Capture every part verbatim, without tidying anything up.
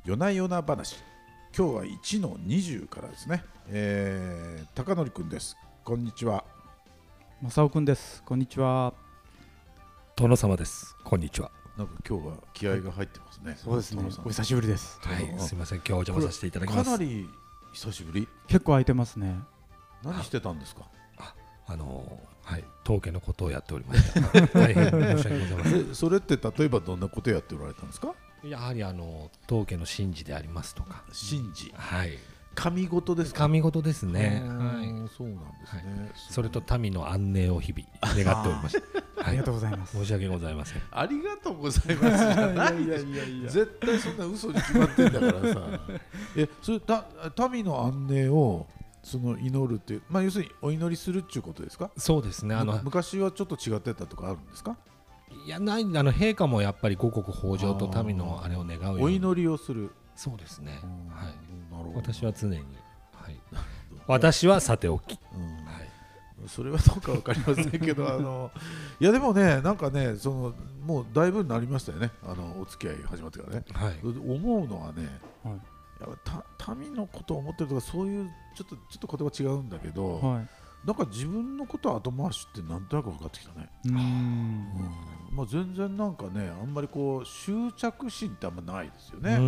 夜な夜な話。今日はいちのにじゅうからですね、えー、高則くんです。こんにちは。 正雄くんです。こんにちは。 殿様です。こんにちは。 なんか今日は気合が入ってますね、はい、 そうですね、お久しぶりです。 はい、すみません、今日お邪魔させていただきます。 かなり久しぶり。 結構空いてますね。 何してたんですか？ あ、あのー、はい、当家のことをやっておりました大変申し訳ございません。 それって例えばどんなことをやっておられたんですか？ やはりあの当家の神事でありますとか。 神事、 はい、 神事ですか？ 神事ですね。 はい、そうなんですね、はい、 それと民の安寧を日々願っておりました。 ありがとうございます。 申し訳ございません。 ありがとうございますじゃないいやいやいや絶対そんな嘘に決まってんだからさえ、それた民の安寧をその祈るっていう、まあ、要するにお祈りするっていうことですか？ そうですね。あの昔はちょっと違ってたとかあるんですか？ いや、ない。あの陛下もやっぱり五穀豊穣と民のあれを願うようにお祈りをする。 そうですね、はい、 なるほど。 私は常に、はい、私はさておき、 うん、 はい、 それはどうか分かりませんけどあのいやでもね、なんかね、そのもうだいぶになりましたよね、あのお付き合い始まってからね、 はい、 思うのはね、 はい、 やっぱ民のことを思ってるとかそういうちょっとちょっと言葉違うんだけど、 はい、 なんか自分のこと後回しってなんとなく分かってきたね。 うーん、 うん、まあ、全然なんかね、あんまりこう執着心ってあんまないですよね。 うん、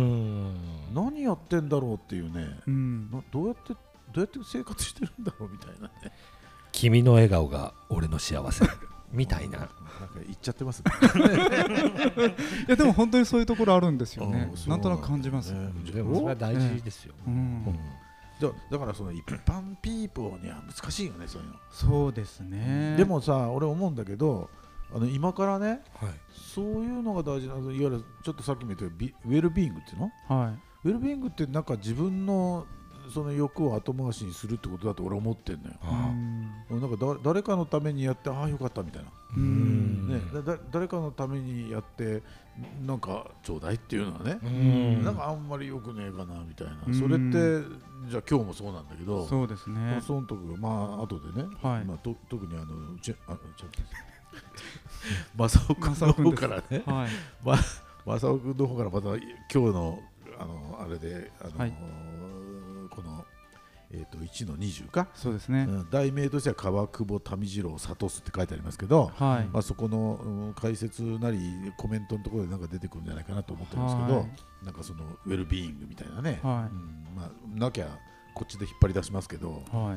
何やってんだろうっていうね、 うん、 などうやってどうやって生活してるんだろうみたいなね。 君の笑顔が俺の幸せみたいな。 なんか言っちゃってますねいやでも本当にそういうところあるんですよね。 うん、 なんとなく感じます。 ね、でもそれは大事ですよ、 うんうん、 だ, だからその一般ピーポーには難しいよね、そういうの。 そうですね。 でもさ、俺思うんだけど、あの今からね、 はい、 そういうのが大事な、いわゆるちょっとさっきも言ったようにウェルビーイングっていうの、 はい、 ウェルビーイングってなんか自分のその欲を後回しにするってことだと俺は思ってんのよ。なんかだ誰かのためにやってああよかったみたいな、 うん、 ね、だだ誰かのためにやってなんかちょうだいっていうのはね、 うん、 なんかあんまりよくねえかなみたいな、うん、それってじゃあ今日もそうなんだけど、 そうですね、 その時まあ後でね、 はい、 まあ、と特にあのうちあちょっと正雄君の方からね、はい、ま、正雄君の方からまた今日のあのあれであの、はい、このえー、といちのにじゅうか、 そうですね、 うん、題名としては川久保民次郎を諭すって書いてありますけど、はい、まあ、そこの、うん、解説なりコメントのところでなんか出てくるんじゃないかなと思ってるんですけど、はい、なんかそのウェルビーイングみたいなね、はい、うん、まあ、なきゃこっちで引っ張り出しますけど、はい、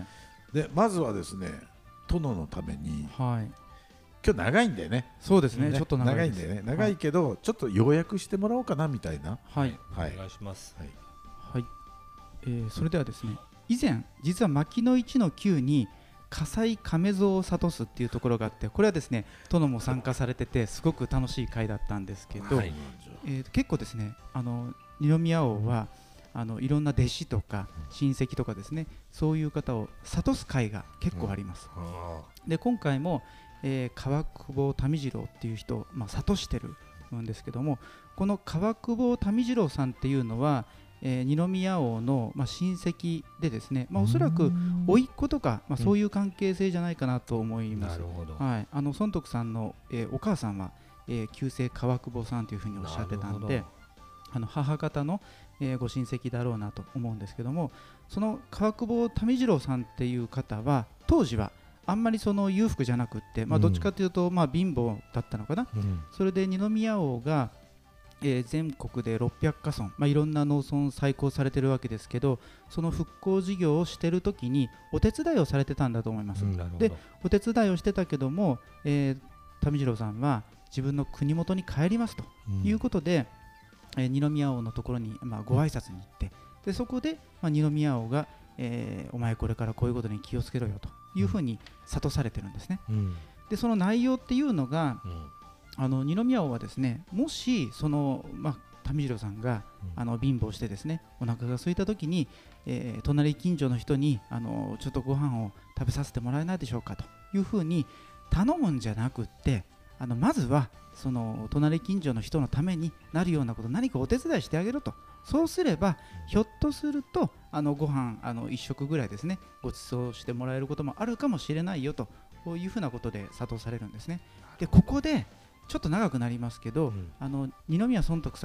でまずはですね、殿のために、はい、今日長いんだよね。 そうですね、ね、ちょっと長いんだよね。長いけど、はい、ちょっと要約してもらおうかなみたいな。 はい、 はい、お願いします。 はい、はい、えー、それではですね、以前実は牧野いちのきゅうに葛西亀蔵を諭すっていうところがあって、これはですね殿も参加されててすごく楽しい会だったんですけど、はい、えー、結構ですね、あの二宮王はあのいろんな弟子とか親戚とかですね、そういう方を諭す会が結構あります、うん、で今回も、えー、川久保民次郎っていう人を、まあ、諭してるんですけども、この川久保民次郎さんっていうのはえー、二宮王の、まあ、親戚でですね、まあ、おそらく甥っ子とか、まあ、そういう関係性じゃないかなと思います。 なるほど。 はい、あの尊徳さんの、えー、お母さんは、えー、旧姓川久保さんというふうにおっしゃってたんで、あの母方の、えー、ご親戚だろうなと思うんですけども、その川久保民次郎さんっていう方は当時はあんまりその裕福じゃなくって、まあ、どっちかというと、まあ、貧乏だったのかな、うん、それで二宮王がえー、全国でろっぴゃくかそん、まあ、いろんな農村再興されてるわけですけど、その復興事業をしてるときにお手伝いをされてたんだと思います、うん、でお手伝いをしてたけども、えー、民次郎さんは自分の国元に帰りますということで、うん、えー、二宮王のところに、まあ、ご挨拶に行って、でそこで、まあ、二宮王が、えー、お前これからこういうことに気をつけろよというふうに諭されてるんですね、うん、でその内容っていうのが、うん、あの二宮王はですね、もしその、まあ、民次郎さんが、うん、あの貧乏してですね、お腹が空いた時に、えー、隣近所の人にあのちょっとご飯を食べさせてもらえないでしょうかというふうに頼むんじゃなくって、あのまずはその隣近所の人のためになるようなこと、何かお手伝いしてあげろと。そうすればひょっとするとあのご飯あのいっ食ぐらいですね、ご馳走してもらえることもあるかもしれないよというふうなことで諭されるんですね。でここでちょっと長くなりますけど、うん、あの二宮尊徳さん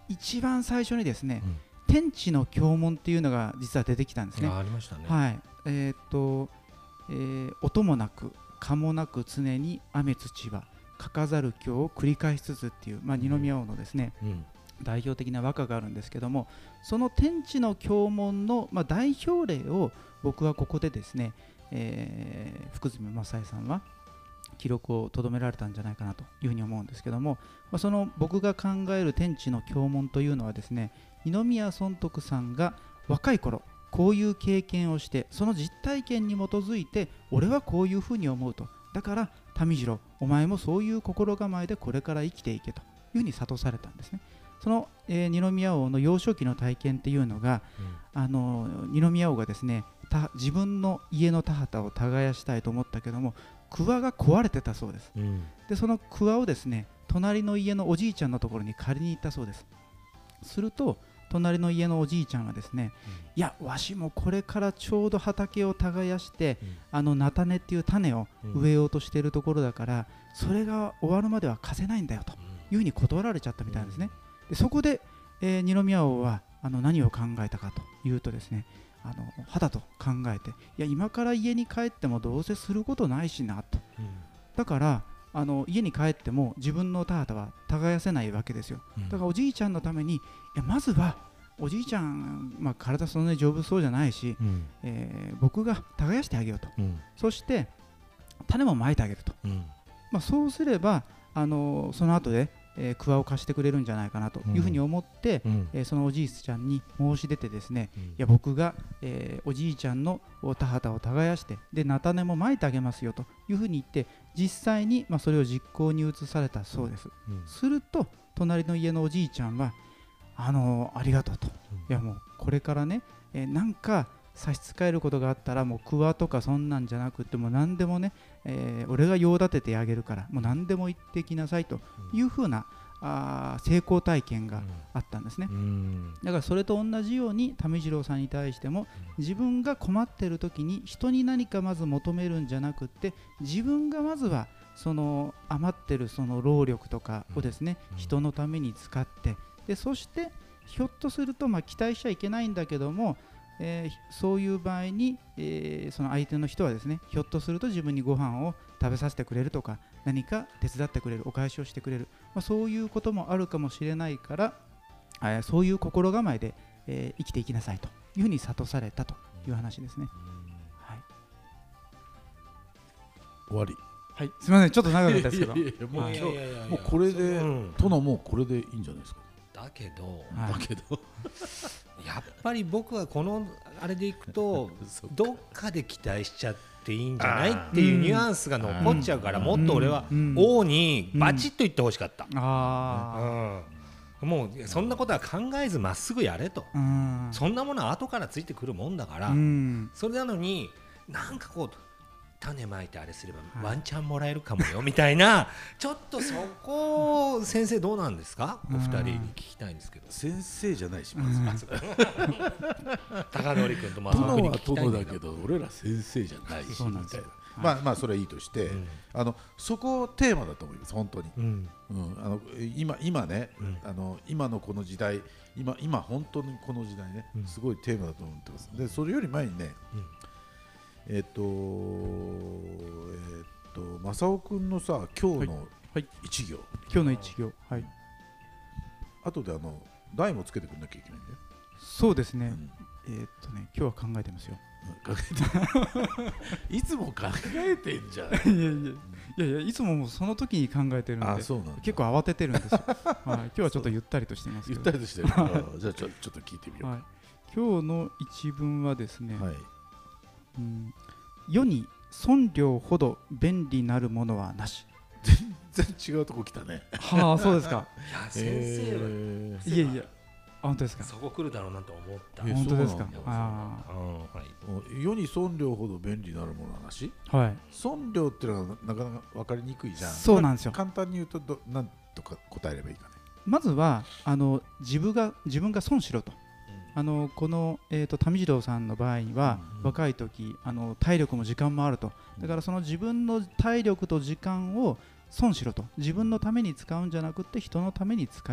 一番最初にですね、 うん、 天地の経文っていうのが実は出てきたんですね。 あ、ありましたね。 はい、えー、っと、えー、音もなく蚊もなく常に雨土はかかざる経を繰り返しつつっていう、まあ、二宮王のですね、うん、代表的な和歌があるんですけども、その天地の経文の、まあ、代表例を僕はここでですね、えー、福住正恵さんは記録を留められたんじゃないかなというふうに思うんですけども、まあ、その僕が考える天地の経文というのはですね、二宮尊徳さんが若い頃こういう経験をして、その実体験に基づいて俺はこういうふうに思うと、だから民次郎お前もそういう心構えでこれから生きていけというふうに諭されたんですね。その、えー、二宮王の幼少期の体験っていうのが、うん、あの二宮王がですね、自分の家の田畑を耕したいと思ったけども桑が壊れてたそうです、うん、でその桑をですね隣の家のおじいちゃんのところに借りに行ったそうです。すると隣の家のおじいちゃんはですね、うん、いやわしもこれからちょうど畑を耕して、うん、あの菜種っていう種を植えようとしているところだから、うん、それが終わるまでは貸せないんだよというふうに断られちゃったみたいなんですね。でそこで、えー、二宮王はあの何を考えたかというとですね、あの肌と考えて、いや今から家に帰ってもどうせすることないしなと、うん、だからあの家に帰っても自分の田畑は耕せないわけですよ、うん、だからおじいちゃんのために、いやまずはおじいちゃん、まあ、体そんなに丈夫そうじゃないし、うん、えー、僕が耕してあげようと、うん、そして種もまいてあげると、うん、まあ、そうすればあのその後でえー、桑を貸してくれるんじゃないかなというふうに思って、うん、えー、そのおじいちゃんに申し出てですね、うん、いや僕が、えー、おじいちゃんの田畑を耕してで菜種もまいてあげますよというふうに言って実際に、まあ、それを実行に移されたそうです、うん、すると隣の家のおじいちゃんはあのー、ありがとうと、うん、いやもうこれからね、えー、なんか差し支えることがあったらもう桑とかそんなんじゃなくても何でもね、えー、俺が用立ててあげるからもう何でも言ってきなさいというふうな、うん、あ成功体験があったんですね、うん、だからそれと同じように民次郎さんに対しても自分が困っている時に人に何かまず求めるんじゃなくって自分がまずはその余ってるその労力とかをですね、うん、人のために使ってでそしてひょっとするとまあ期待しちゃいけないんだけどもえー、そういう場合に、えー、その相手の人はですねひょっとすると自分にご飯を食べさせてくれるとか何か手伝ってくれるお返しをしてくれる、まあ、そういうこともあるかもしれないから、えー、そういう心構えで、えー、生きていきなさいというふうに諭されたという話ですね、はい、 終わり。 はい、すみませんちょっと長かったですけどもうこれで殿もこれでいいんじゃないですか。 だけど、 はい、だけどやっぱり僕はこのあれでいくとどっかで期待しちゃっていいんじゃないっていうニュアンスが残っちゃうからもっと俺は王にバチッと言ってほしかった、うんあうん、もうそんなことは考えずまっすぐやれと、うん、そんなものは後からついてくるもんだから、うん、それなのになんかこう種まいてあれすればワンチャンもらえるかもよみたいなちょっとそこ先生どうなんですかお二人に聞きたいんですけど。 先生じゃないしまず高典君とまあ殿は殿だけど俺ら先生じゃないしみたいな、まあまあそれはいいとして、うん、あのそこテーマだと思います本当に、うんうん、あの今今ね、うん、あの今のこの時代今今本当にこの時代ね、うん、すごいテーマだと思ってます。でそれより前にね、うんえっと、えっと、正雄君のさ、今日の一行、はいはい、今日の一行、はい。 後であの題もつけてくれなきゃいけないんだよ。 そうですね。うん、えー、っとね、今日は考えてますよ。 考えていつも考えてんじゃん。いやいやいやいやいつももうその時に考えてるんで、あそうなん結構慌ててるんですよ。はい、今日はちょっとゆったりとしてますけど。 ゆったりとしてる。じゃあちょちょっと聞いてみようか。はい、 今日の一文はですね。はいうん、世に尊領ほど便利なるものはなし。 全然違うとこ来たね。 はあそうですか。 いや先生は、えー、いやいや本当ですか。 そこ来るだろうなと思った。 本当ですか。 ああ、はい、世に尊領ほど便利なるものはなし。 はい。 尊領っていうのはなかなか分かりにくいじゃん。 そうなんですよ。 簡単に言うとどなんとか答えればいいかね。 まずはあの自分が自分が損しろと。あのこの、えー、と民次郎さんの場合は、うんうん、若い時あの体力も時間もあるとだからその自分の体力と時間を損しろと自分のために使うんじゃなくて人のために使えと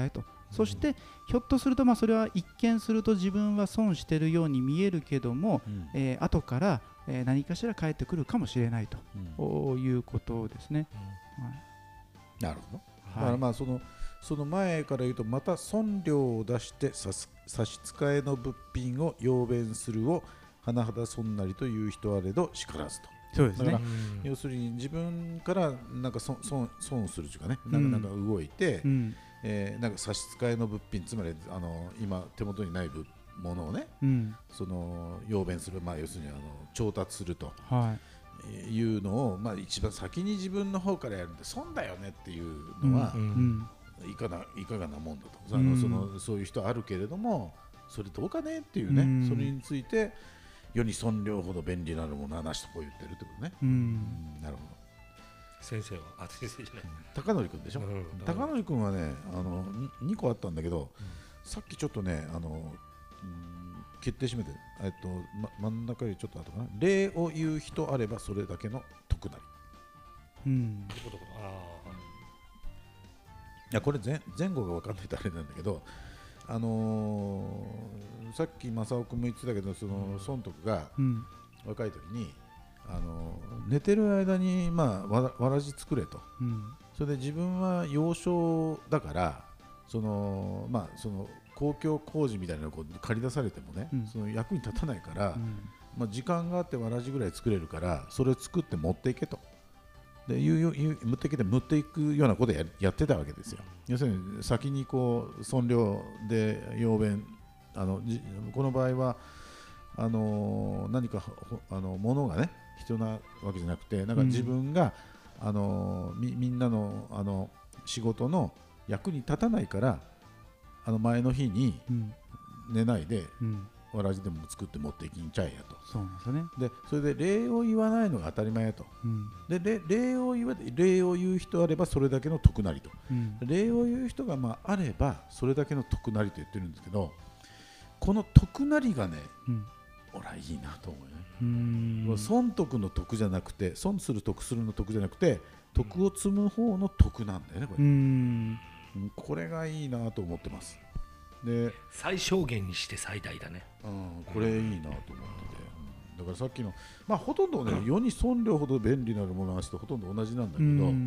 そしてひょっとするとまあそれは一見すると自分は損しているように見えるけども、うんえー、後から、えー、何かしら返ってくるかもしれないと、うん、いうことですね、うんはい、 なるほど、はい、だからまあそのその前から言うとまた損料を出して差し支えの物品を用弁するを甚だ損なりという人あれどしからずと。 そうですね、だから要するに自分からなんか損損するというかね、なんかなんか動いて、うんえー、なんか差し支えの物品、つまりあの今手元にないものをね、うん、その用弁する、まあ、要するにあの調達すると、はい、いうのを、まあ、一番先に自分の方からやるんで損だよねっていうのは、うんうん、いかないかがなもんだと、うん、あのそのそういう人あるけれどもそれどうかねっていうね、うん、それについて世に損料ほど便利なるものはなしとこう言ってるってことね、うんうん、なるほど。 先生はあ先生じゃない高則君でしょ、うん、高則君はねあの 2, にこあったんだけど、うん、さっきちょっとねあの、うん、決定締めて、えっとま、真ん中よりちょっと後かな、礼を言う人あればそれだけの得なり、うん、あいやこれ 前, 前後が分かんないとあれなんだけど、あのー、さっき正雄君も言ってたけどその孫徳が若い時に、あのー、寝てる間に、まあ、わ, わらじ作れと、うん、それで自分は幼少だからその、まあ、その公共工事みたいなのを借り出されてもね、うん、その役に立たないから、うんまあ、時間があってわらじぐらい作れるからそれを作って持っていけとでいういう持ってきて持っていくようなことを や, やってたわけですよ。要するに先にこう損料で用弁あのこの場合はあの何かあの物がね必要なわけじゃなくてなんか自分が、うん、あの み, みんな の, あの仕事の役に立たないからあの前の日に寝ないで、うんわらじでも作って持っていきんちゃえやと。 そうなんですよね。 でそれで礼を言わないのが当たり前やと、うん、で礼を言わ礼を言う人あればそれだけの得なりと、うん、礼を言う人がまああればそれだけの得なりと言ってるんですけどこの得なりがね、うん、俺はいいなと思うよね。うーん損得の得じゃなくて損する得するの得じゃなくて得を積む方の得なんだよねこれ。うーんこれがいいなと思ってます。で最小限にして最大だね、 うん、これいいなと思ってて、だからさっきの、まあ、ほとんどね、うん、世に損料ほど便利なるものの話とほとんど同じなんだけど、うん、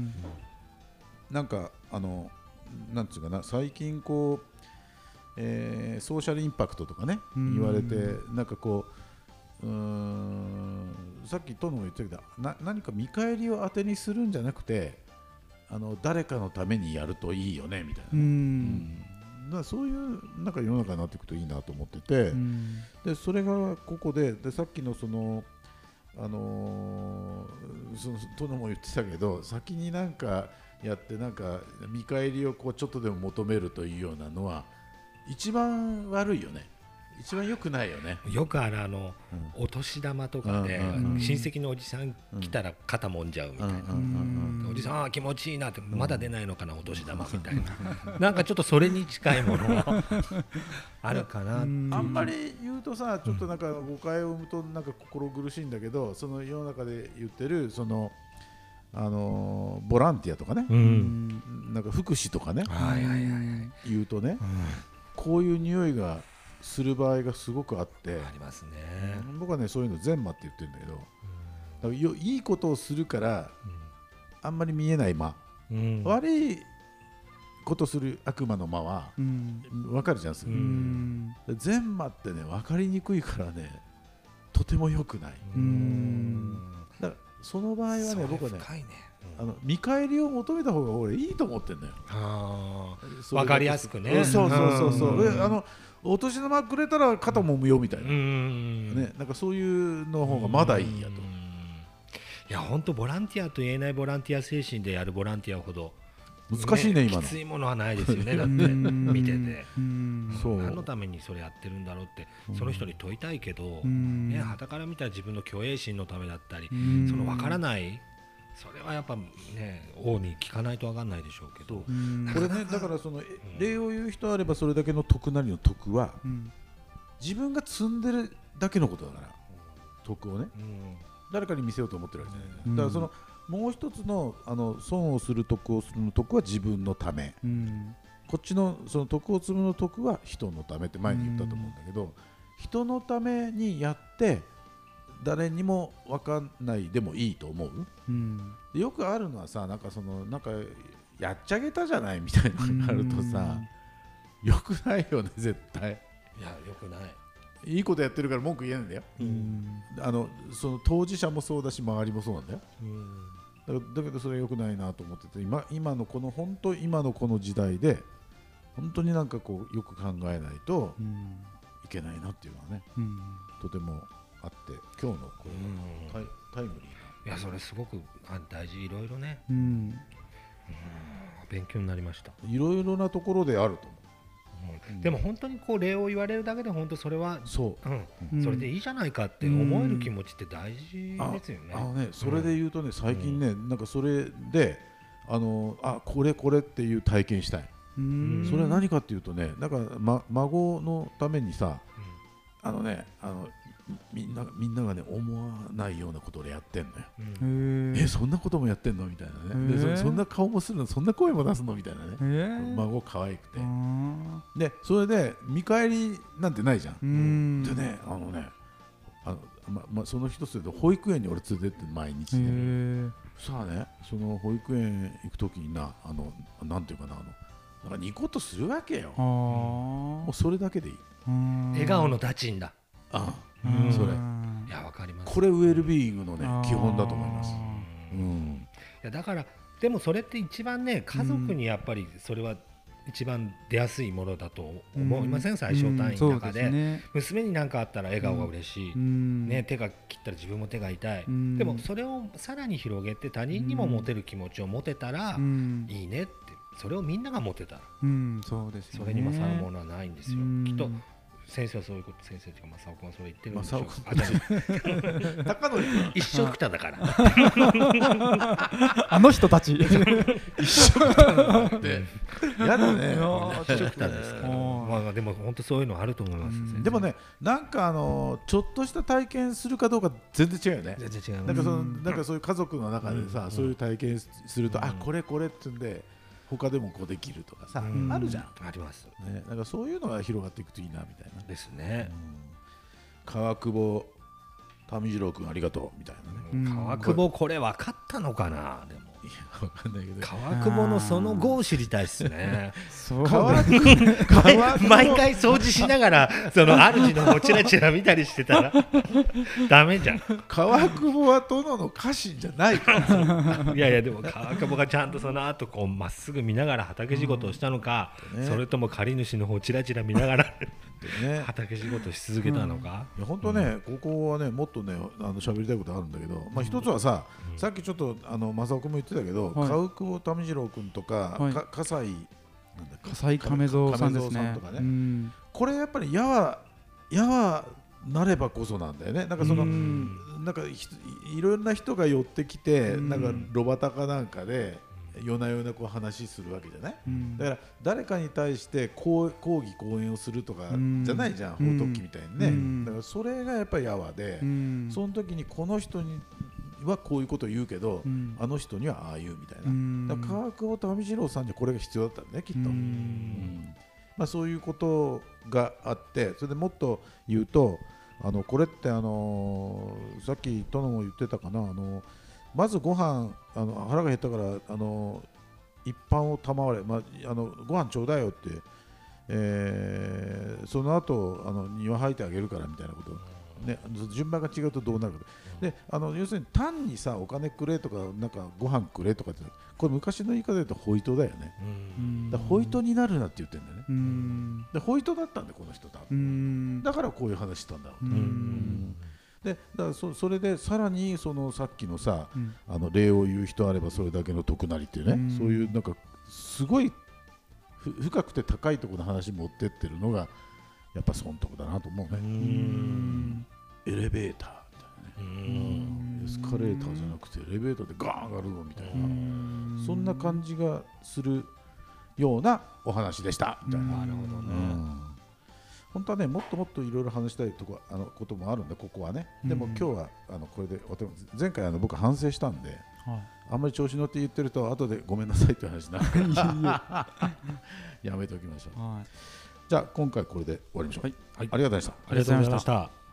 なんかあのなんつうかな最近こう、えー、ソーシャルインパクトとかね、うん、言われてなんかこう、うーんさっきトノも言ってたけどな何か見返りを当てにするんじゃなくてあの誰かのためにやるといいよねみたいな、うんうんだからそういうなんか世の中になっていくといいなと思ってて、うん、でそれがここ で, でさっきのそのあのー、その殿も言ってたけど先になんかやってなんか見返りをこうちょっとでも求めるというようなのは一番悪いよね。一番良くないよね。 よくあるあの、うん、お年玉とかで、うんうん、親戚のおじさん来たら肩もんじゃうみたいな、うんうんうん、おじさんあ気持ちいいなってまだ出ないのかなお年玉みたいななんかちょっとそれに近いものはあるかな。あんまり言うとさちょっとなんか誤解を生むとなんか心苦しいんだけどその世の中で言ってるそのあのボランティアとかね、うん、なんか福祉とかね、はいはいはいはい、言うとね、うん、こういう匂いがする場合がすごくあってありますね。 僕はねそういうの善魔って言ってるんだけど、だからよいいことをするから、うん、あんまり見えない魔、うん、悪いことする悪魔の魔は、うん、分かるじゃんすぐ、うん、善魔ってね分かりにくいからねとても良くない。うん、だからその場合はね僕はねあの見返りを求めた方が俺いいと思ってんだよ。 あ分かりやすくね。 そうそうそうそう、うん、あのお年玉くれたら肩もむよみたいな、うんね、なんかそういうの方がまだいいやと。いや本当ボランティアと言えないボランティア精神でやるボランティアほど難しいね、ね今のきついものはないですよねだって見ててそう何のためにそれやってるんだろうってその人に問いたいけど、ね、傍から見たら自分の虚栄心のためだったりその分からないそれはやっぱね王に聞かないと分かんないでしょうけどこれねだからその礼を言う人あればそれだけの得なりの得は、うん、自分が積んでるだけのことだから、うん、得をね、うん、誰かに見せようと思ってるわけじゃない、うん、だからそのもう一つ の, あの損をする得をするの得は自分のため、うん、 こっちのその徳を積むの徳は人のためって前に言ったと思うんだけど、人のためにやって誰にも分かんないでもいいと思う、うん、よくあるのはさ、なんかそのなんかやっちゃげたじゃないみたいなのがあるとさ、よくないよね絶対。 いやよくない。 いいことやってるから文句言えないんだよ、うん、あのその当事者もそうだし周りもそうなんだよ、うん、だからだけどそれは良くないなと思ってて、今、今のこの本当今のこの時代で本当になんかこうよく考えないといけないなっていうのはね、うん、とてもあって、今日のこれはタイ、タイムリーな。 いやそれすごく大事、いろいろね、うんうん、勉強になりました。 いろいろなところであると思う。 うん、でも本当にこう礼を言われるだけで本当それはそう、 うん、それでいいじゃないかって思える気持ちって大事ですよね。 あ、あのね、それで言うとね、最近ね、うん、なんかそれであのあこれこれっていう体験したい。うん、それは何かっていうとね、なんか、ま、孫のためにさ、うん、あのねあのみんなみんながね思わないようなことをやってんのよ、うん、えそんなこともやってんのみたいなね、で そ, そんな顔もするの、そんな声も出すのみたいなね、孫可愛くて、でそれで見返りなんてないじゃん、うん、でねあのねあの、まま、その一つで保育園に俺連れてって毎日ね、さあねその保育園行くときにな、あのなんていうかな、あのなんかニコッとするわけよ、もうそれだけでいい。 笑顔の立ちんだ。 ああ、それ、 いやわかります。 これウェルビーイングのね基本だと思います。うん、 いやだからでもそれって一番ね、家族にやっぱりそれは一番出やすいものだと思いません、うん、最小単位の中 で,、うんでね、娘に何かあったら笑顔が嬉しい、うんね、手が切ったら自分も手が痛い、うん、でもそれをさらに広げて他人にも持てる気持ちを持てたらいいねって、それをみんなが持てたら、 うん、そうですね、 それに勝るものはないんですよ、うん、きっと先生はそういうこと、先生というか正雄君はそれ言ってるんでしょう。 高典君一緒くただからあの人たち一緒くただってやだね、 一緒くたですから、まあ、でも本当そういうのあると思います、うん、 でもね、なんかあのちょっとした体験するかどうか全然違うよね。 全然違う。 なんかその、なんかそういう家族の中でさ、うん、そういう体験すると、うん、あこれこれってんで他でもこうできるとかさ、うん、あるじゃん。 あります、 ね、なんかそういうのが広がっていくといいなみたいなですね、 うん、川久保民次郎君ありがとうみたいなね、 うん、川久保これ分かったのかな。でもいや分かんないけど、 川久保のその後を知りたいっすね川久保毎回掃除しながらその主の方チラチラ見たりしてたらダメじゃん。 川久保は殿の家臣じゃないからいやいやでも川久保がちゃんとその後こうまっすぐ見ながら畑仕事をしたのか、うんね、それとも借り主の方チラチラ見ながらね、畑仕事し続けたのか、 うん、いや本当ね、うん、ここはねもっとねあの喋りたいことあるんだけど、まあ、一つはさ、うん、さっきちょっとあの正雄君も言ってたけど、はい、川久保民次郎君とか、はい、か葛西なんだっけ、 葛西亀蔵さんですね。 とかね、うん、これやっぱり矢は矢はなればこそなんだよね。なんかその、うん、なんかいろんな人が寄ってきて、うん、なんか炉端かなんかで夜な夜なこう話するわけじゃない、うん、だから誰かに対して講義講演をするとかじゃないじゃん、うん、法特記みたいにね、うん、だからそれがやっぱりやわで、うん、その時にこの人にはこういうことを言うけど、うん、あの人にはああ言うみたいな、うん、だから川久保民次郎さんにはこれが必要だったんだねきっと、うんうんまあ、そういうことがあって、それでもっと言うとあのこれってあのー、さっき殿も言ってたかな、あのーまずご飯あの腹が減ったからあの一般を賜れ、まあ、あのご飯ちょうだいよって、えー、その後あの庭吐いてあげるからみたいなこと、ね、順番が違うとどうなるかで、あの要するに単にさお金くれとかなんかご飯くれとかってこれ昔の言い方で言うとホイトだよね。うんだホイトになるなって言ってるんだよね。うんでホイトだったんだこの人多分。だからこういう話したんだろう。うんでだから そ, それでさらにそのさっきのさ、うん、あの礼を言う人あればそれだけの得なりっていうね、うん、そういうなんかすごい深くて高いところの話持ってってるのがやっぱ損得だなと思うね。うんエレベーターみたいなね、うんエスカレーターじゃなくてエレベーターでガーン上がるのみたいな、そんな感じがするようなお話でしたみたいな。 なるほどね、うん本当はねもっともっといろいろ話したいとこあのこともあるんでここはね、でも今日はあのこれで前回あの僕反省したんで、はい、あんまり調子乗って言ってると後でごめんなさいって話になるからやめておきましょう。 はい、 じゃあ今回これで終わりましょう。 はい、 ありがとうございました。 ありがとうございました。